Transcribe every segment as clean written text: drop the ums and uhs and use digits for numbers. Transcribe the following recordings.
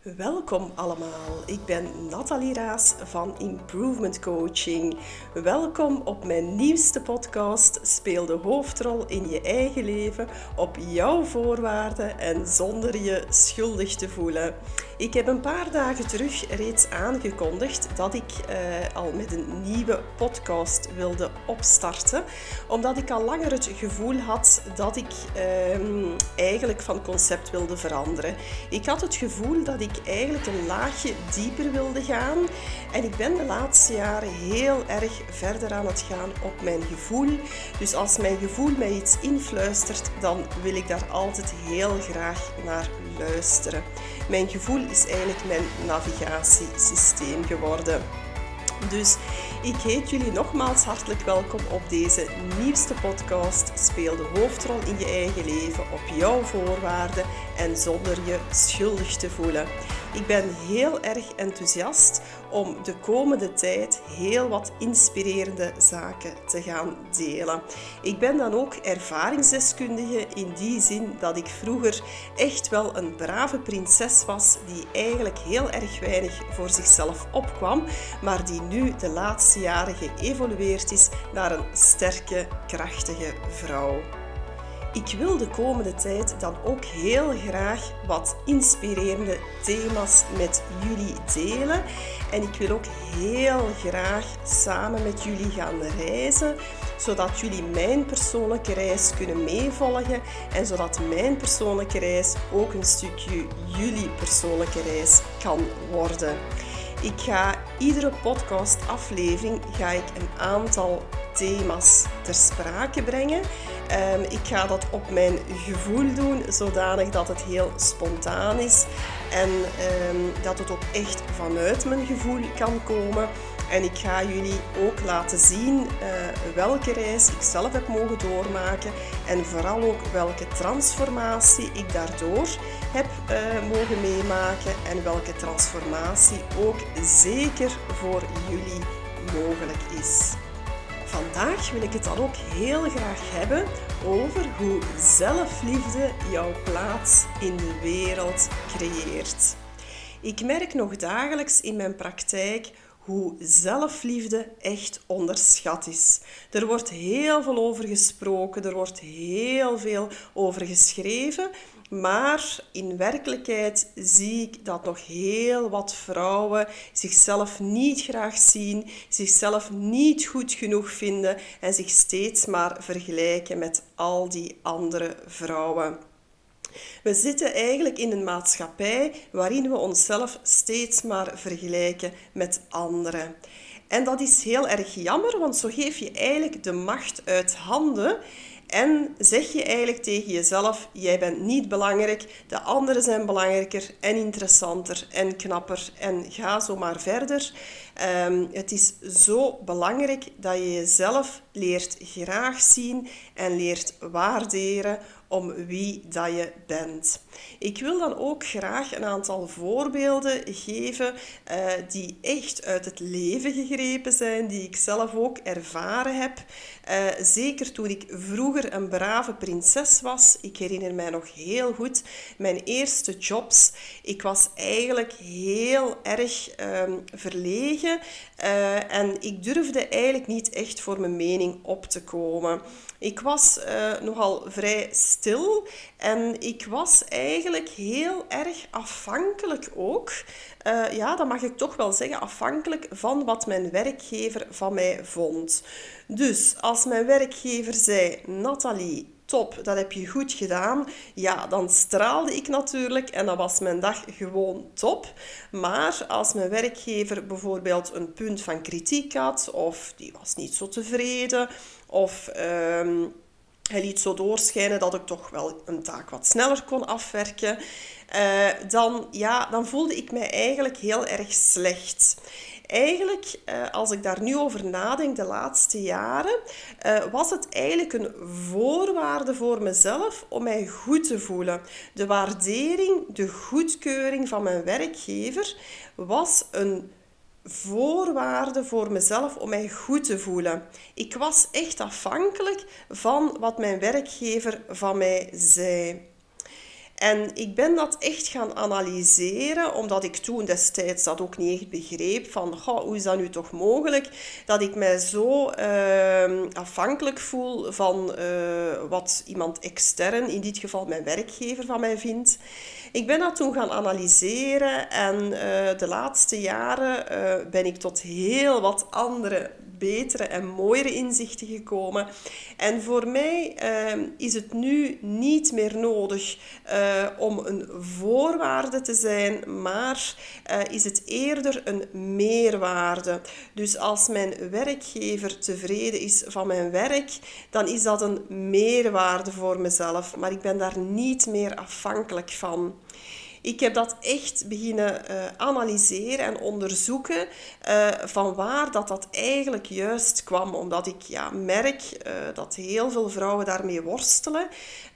Welkom allemaal, ik ben Nathalie Raas van Improvement Coaching. Welkom op mijn nieuwste podcast Speel de hoofdrol in je eigen leven op jouw voorwaarden en zonder je schuldig te voelen. Ik heb een paar dagen terug reeds aangekondigd dat ik al met een nieuwe podcast wilde opstarten, omdat ik al langer het gevoel had dat ik eigenlijk van concept wilde veranderen. Ik had het gevoel dat ik eigenlijk een laagje dieper wilde gaan en ik ben de laatste jaren heel erg verder aan het gaan op mijn gevoel. Dus als mijn gevoel mij iets influistert, dan wil ik daar altijd heel graag naar luisteren. Mijn gevoel is eigenlijk mijn navigatiesysteem geworden. Dus ik heet jullie nogmaals hartelijk welkom op deze nieuwste podcast. Speel de hoofdrol in je eigen leven op jouw voorwaarden en zonder je schuldig te voelen. Ik ben heel erg enthousiast om de komende tijd heel wat inspirerende zaken te gaan delen. Ik ben dan ook ervaringsdeskundige in die zin dat ik vroeger echt wel een brave prinses was die eigenlijk heel erg weinig voor zichzelf opkwam, maar die nu de laatste jaren geëvolueerd is naar een sterke, krachtige vrouw. Ik wil de komende tijd dan ook heel graag wat inspirerende thema's met jullie delen. En ik wil ook heel graag samen met jullie gaan reizen, zodat jullie mijn persoonlijke reis kunnen meevolgen en zodat mijn persoonlijke reis ook een stukje jullie persoonlijke reis kan worden. Ik ga iedere podcastaflevering een aantal thema's ter sprake brengen. Ik ga dat op mijn gevoel doen, zodanig dat het heel spontaan is en dat het ook echt vanuit mijn gevoel kan komen. En ik ga jullie ook laten zien welke reis ik zelf heb mogen doormaken en vooral ook welke transformatie ik daardoor heb mogen meemaken en welke transformatie ook zeker voor jullie mogelijk is. Vandaag wil ik het dan ook heel graag hebben over hoe zelfliefde jouw plaats in de wereld creëert. Ik merk nog dagelijks in mijn praktijk hoe zelfliefde echt onderschat is. Er wordt heel veel over gesproken, er wordt heel veel over geschreven, maar in werkelijkheid zie ik dat nog heel wat vrouwen zichzelf niet graag zien, zichzelf niet goed genoeg vinden en zich steeds maar vergelijken met al die andere vrouwen. We zitten eigenlijk in een maatschappij waarin we onszelf steeds maar vergelijken met anderen. En dat is heel erg jammer, want zo geef je eigenlijk de macht uit handen en zeg je eigenlijk tegen jezelf: jij bent niet belangrijk, de anderen zijn belangrijker en interessanter en knapper en ga zo maar verder. Het is zo belangrijk dat je jezelf leert graag zien en leert waarderen om wie dat je bent. Ik wil dan ook graag een aantal voorbeelden geven die echt uit het leven gegrepen zijn, die ik zelf ook ervaren heb. Zeker toen ik vroeger een brave prinses was. Ik herinner mij nog heel goed mijn eerste jobs. Ik was eigenlijk heel erg verlegen en ik durfde eigenlijk niet echt voor mijn mening op te komen. Ik was nogal vrij stil en ik was eigenlijk heel erg afhankelijk ook. Dat mag ik toch wel zeggen, afhankelijk van wat mijn werkgever van mij vond. Dus als mijn werkgever zei: Nathalie, top, dat heb je goed gedaan. Ja, dan straalde ik natuurlijk en dan was mijn dag gewoon top. Maar als mijn werkgever bijvoorbeeld een punt van kritiek had, of die was niet zo tevreden, of hij liet zo doorschijnen dat ik toch wel een taak wat sneller kon afwerken, dan voelde ik mij eigenlijk heel erg slecht. Eigenlijk, als ik daar nu over nadenk, de laatste jaren, was het eigenlijk een voorwaarde voor mezelf om mij goed te voelen. De waardering, de goedkeuring van mijn werkgever was een voorwaarde voor mezelf om mij goed te voelen. Ik was echt afhankelijk van wat mijn werkgever van mij zei. En ik ben dat echt gaan analyseren, omdat ik toen destijds dat ook niet echt begreep. Van, hoe is dat nu toch mogelijk? Dat ik mij zo afhankelijk voel van wat iemand extern, in dit geval mijn werkgever, van mij vindt. Ik ben dat toen gaan analyseren en de laatste jaren ben ik tot heel wat andere betere en mooiere inzichten gekomen. En voor mij is het nu niet meer nodig om een voorwaarde te zijn, maar is het eerder een meerwaarde. Dus als mijn werkgever tevreden is van mijn werk, dan is dat een meerwaarde voor mezelf. Maar ik ben daar niet meer afhankelijk van. Ik heb dat echt beginnen analyseren en onderzoeken van waar dat eigenlijk juist kwam. Omdat ik merk dat heel veel vrouwen daarmee worstelen.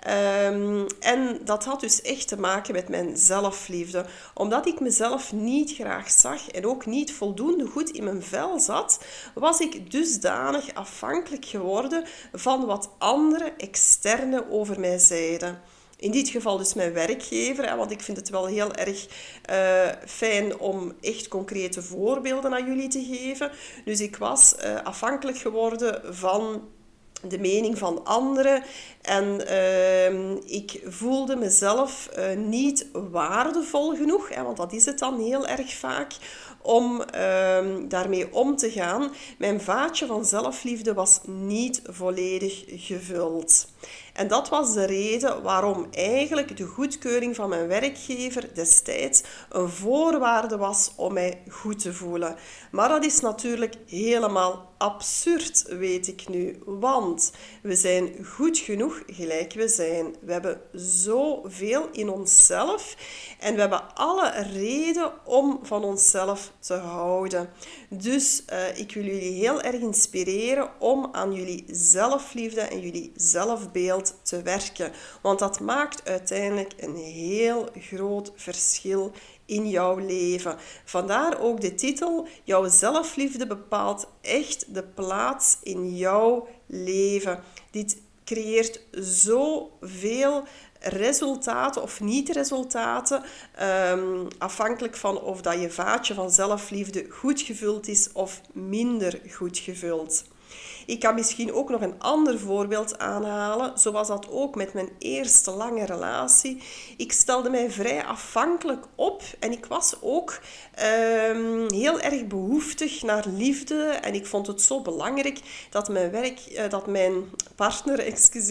En dat had dus echt te maken met mijn zelfliefde. Omdat ik mezelf niet graag zag en ook niet voldoende goed in mijn vel zat, was ik dusdanig afhankelijk geworden van wat andere externe over mij zeiden. In dit geval dus mijn werkgever, want ik vind het wel heel erg fijn om echt concrete voorbeelden aan jullie te geven. Dus ik was afhankelijk geworden van de mening van anderen en ik voelde mezelf niet waardevol genoeg, want dat is het dan heel erg vaak, om daarmee om te gaan. Mijn vaatje van zelfliefde was niet volledig gevuld. En dat was de reden waarom eigenlijk de goedkeuring van mijn werkgever destijds een voorwaarde was om mij goed te voelen. Maar dat is natuurlijk helemaal absurd, weet ik nu. Want we zijn goed genoeg gelijk we zijn. We hebben zoveel in onszelf en we hebben alle reden om van onszelf te houden. Dus ik wil jullie heel erg inspireren om aan jullie zelfliefde en jullie zelfbeeld te werken. Want dat maakt uiteindelijk een heel groot verschil in jouw leven. Vandaar ook de titel: jouw zelfliefde bepaalt echt de plaats in jouw leven. Dit creëert zoveel resultaten of niet-resultaten, afhankelijk van of dat je vaatje van zelfliefde goed gevuld is of minder goed gevuld. Ik kan misschien ook nog een ander voorbeeld aanhalen. Zo was dat ook met mijn eerste lange relatie. Ik stelde mij vrij afhankelijk op en ik was ook heel erg behoeftig naar liefde. En ik vond het zo belangrijk dat mijn partner,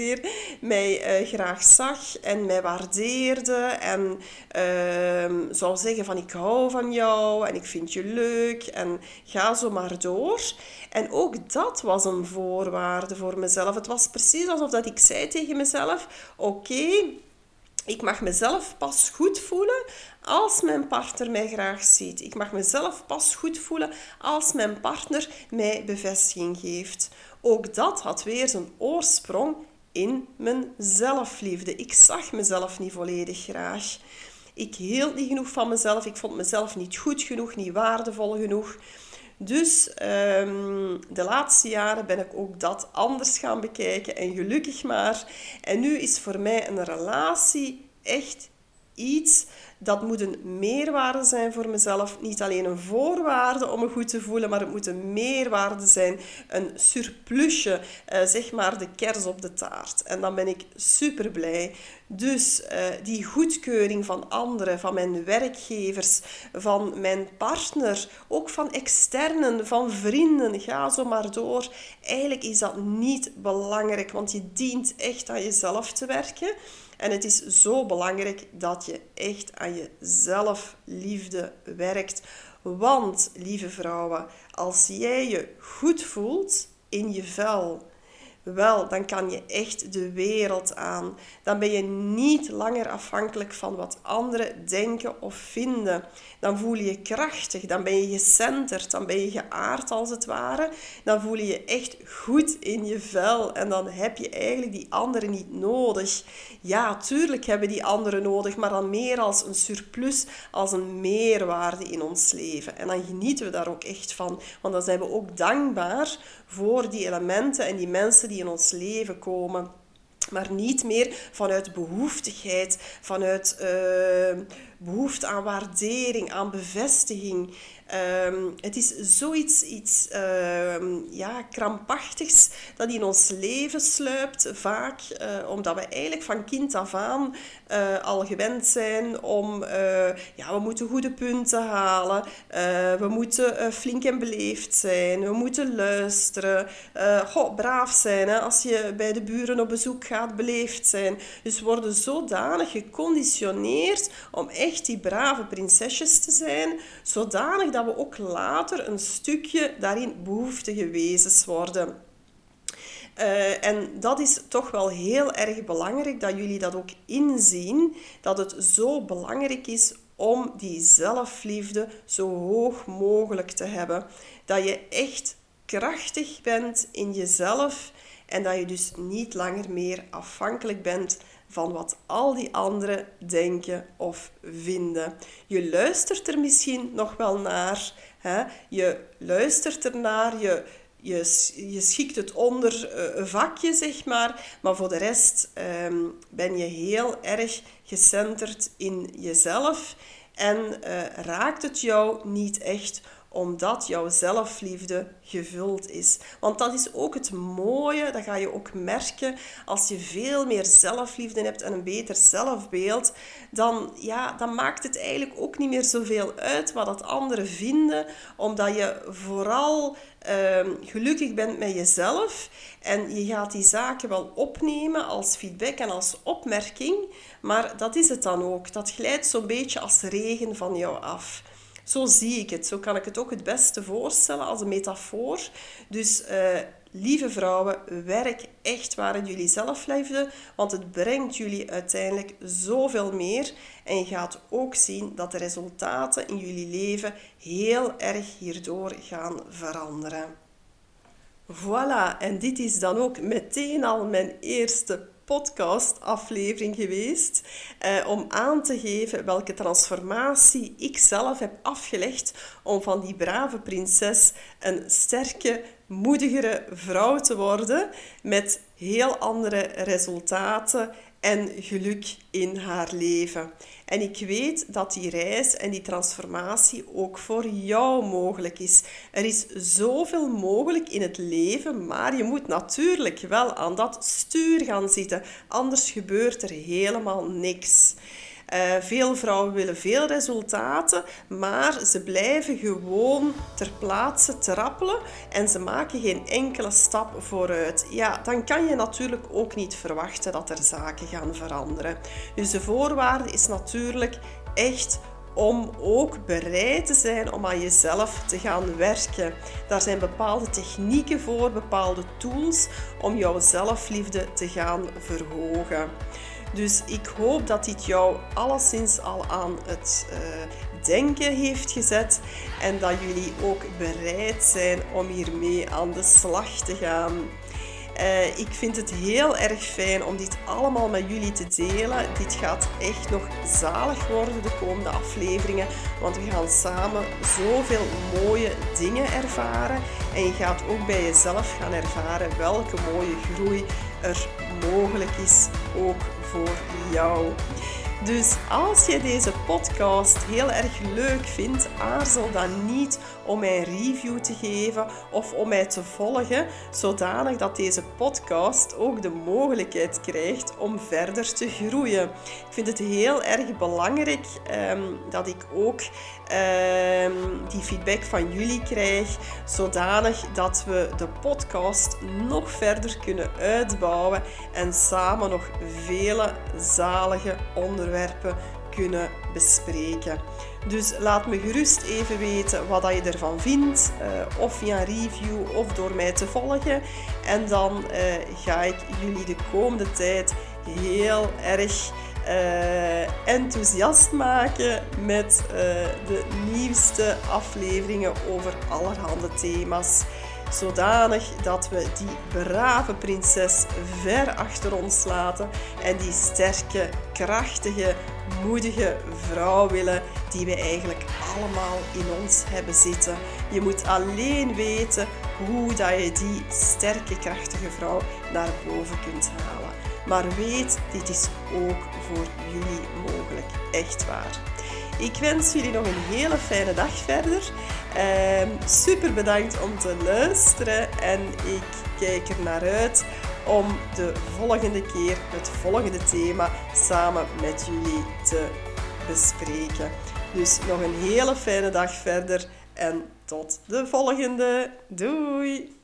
mij graag zag en mij waardeerde. En zou zeggen van ik hou van jou en ik vind je leuk en ga zo maar door. En ook dat was een voorwaarde voor mezelf. Het was precies alsof dat ik zei tegen mezelf: oké, ik mag mezelf pas goed voelen als mijn partner mij graag ziet. Ik mag mezelf pas goed voelen als mijn partner mij bevestiging geeft. Ook dat had weer zijn oorsprong in mijn zelfliefde. Ik zag mezelf niet volledig graag. Ik hield niet genoeg van mezelf. Ik vond mezelf niet goed genoeg, niet waardevol genoeg. Dus de laatste jaren ben ik ook dat anders gaan bekijken en gelukkig maar. En nu is voor mij een relatie echt iets dat moet een meerwaarde zijn voor mezelf. Niet alleen een voorwaarde om me goed te voelen, maar het moet een meerwaarde zijn. Een surplusje, zeg maar de kers op de taart. En dan ben ik super blij. Dus die goedkeuring van anderen, van mijn werkgevers, van mijn partner, ook van externen, van vrienden, ga zo maar door. Eigenlijk is dat niet belangrijk, want je dient echt aan jezelf te werken. En het is zo belangrijk dat je echt aan je zelfliefde werkt. Want, lieve vrouwen, als jij je goed voelt in je vel, wel, dan kan je echt de wereld aan. Dan ben je niet langer afhankelijk van wat anderen denken of vinden. Dan voel je je krachtig, dan ben je gecenterd, dan ben je geaard als het ware. Dan voel je je echt goed in je vel en dan heb je eigenlijk die anderen niet nodig. Ja, tuurlijk hebben die anderen nodig, maar dan meer als een surplus, als een meerwaarde in ons leven. En dan genieten we daar ook echt van, want dan zijn we ook dankbaar voor die elementen en die mensen die in ons leven komen. Maar niet meer vanuit behoeftigheid, vanuit behoefte aan waardering, aan bevestiging. Het is zoiets krampachtigs dat in ons leven sluipt vaak. Omdat we eigenlijk van kind af aan al gewend zijn om... we moeten goede punten halen. We moeten flink en beleefd zijn. We moeten luisteren. Braaf zijn. Hè? Als je bij de buren op bezoek gaat, beleefd zijn. Dus we worden zodanig geconditioneerd om echt die brave prinsesjes te zijn. Zodanig dat we ook later een stukje daarin behoeftige wezens worden. En dat is toch wel heel erg belangrijk dat jullie dat ook inzien. Dat het zo belangrijk is om die zelfliefde zo hoog mogelijk te hebben. Dat je echt krachtig bent in jezelf. En dat je dus niet langer meer afhankelijk bent van wat al die anderen denken of vinden. Je luistert er misschien nog wel naar. Hè? Je luistert ernaar, je schikt het onder een vakje, zeg maar. Maar voor de rest ben je heel erg gecenterd in jezelf. En raakt het jou niet echt omdat jouw zelfliefde gevuld is. Want dat is ook het mooie, dat ga je ook merken. Als je veel meer zelfliefde hebt en een beter zelfbeeld, dan maakt het eigenlijk ook niet meer zoveel uit wat dat anderen vinden. Omdat je vooral gelukkig bent met jezelf. En je gaat die zaken wel opnemen als feedback en als opmerking. Maar dat is het dan ook. Dat glijdt zo'n beetje als regen van jou af. Zo zie ik het. Zo kan ik het ook het beste voorstellen als een metafoor. Dus lieve vrouwen, werk echt waar aan jullie zelfliefde, want het brengt jullie uiteindelijk zoveel meer. En je gaat ook zien dat de resultaten in jullie leven heel erg hierdoor gaan veranderen. Voilà, en dit is dan ook meteen al mijn eerste podcastaflevering geweest om aan te geven welke transformatie ik zelf heb afgelegd om van die brave prinses een sterke, moedigere vrouw te worden met heel andere resultaten en geluk in haar leven. En ik weet dat die reis en die transformatie ook voor jou mogelijk is. Er is zoveel mogelijk in het leven, maar je moet natuurlijk wel aan dat stuur gaan zitten. Anders gebeurt er helemaal niks. Veel vrouwen willen veel resultaten, maar ze blijven gewoon ter plaatse trappelen en ze maken geen enkele stap vooruit. Ja, dan kan je natuurlijk ook niet verwachten dat er zaken gaan veranderen. Dus de voorwaarde is natuurlijk echt om ook bereid te zijn om aan jezelf te gaan werken. Daar zijn bepaalde technieken voor, bepaalde tools om jouw zelfliefde te gaan verhogen. Dus ik hoop dat dit jou alleszins al aan het denken heeft gezet en dat jullie ook bereid zijn om hiermee aan de slag te gaan. Ik vind het heel erg fijn om dit allemaal met jullie te delen. Dit gaat echt nog zalig worden de komende afleveringen, want we gaan samen zoveel mooie dingen ervaren. En je gaat ook bij jezelf gaan ervaren welke mooie groei er mogelijk is, ook voor jou. Dus als je deze podcast heel erg leuk vindt, aarzel dan niet om mij een review te geven of om mij te volgen, zodanig dat deze podcast ook de mogelijkheid krijgt om verder te groeien. Ik vind het heel erg belangrijk dat ik ook die feedback van jullie krijg, zodanig dat we de podcast nog verder kunnen uitbouwen en samen nog vele zalige onderwerpen kunnen bespreken. Dus laat me gerust even weten wat je ervan vindt, of via een review of door mij te volgen. En dan ga ik jullie de komende tijd heel erg enthousiast maken met de nieuwste afleveringen over allerhande thema's. Zodanig dat we die brave prinses ver achter ons laten en die sterke, krachtige, moedige vrouw willen die we eigenlijk allemaal in ons hebben zitten. Je moet alleen weten hoe dat je die sterke, krachtige vrouw naar boven kunt halen. Maar weet, dit is ook voor jullie mogelijk. Echt waar. Ik wens jullie nog een hele fijne dag verder. Super bedankt om te luisteren. En ik kijk er naar uit om de volgende keer het volgende thema samen met jullie te bespreken. Dus nog een hele fijne dag verder en tot de volgende. Doei!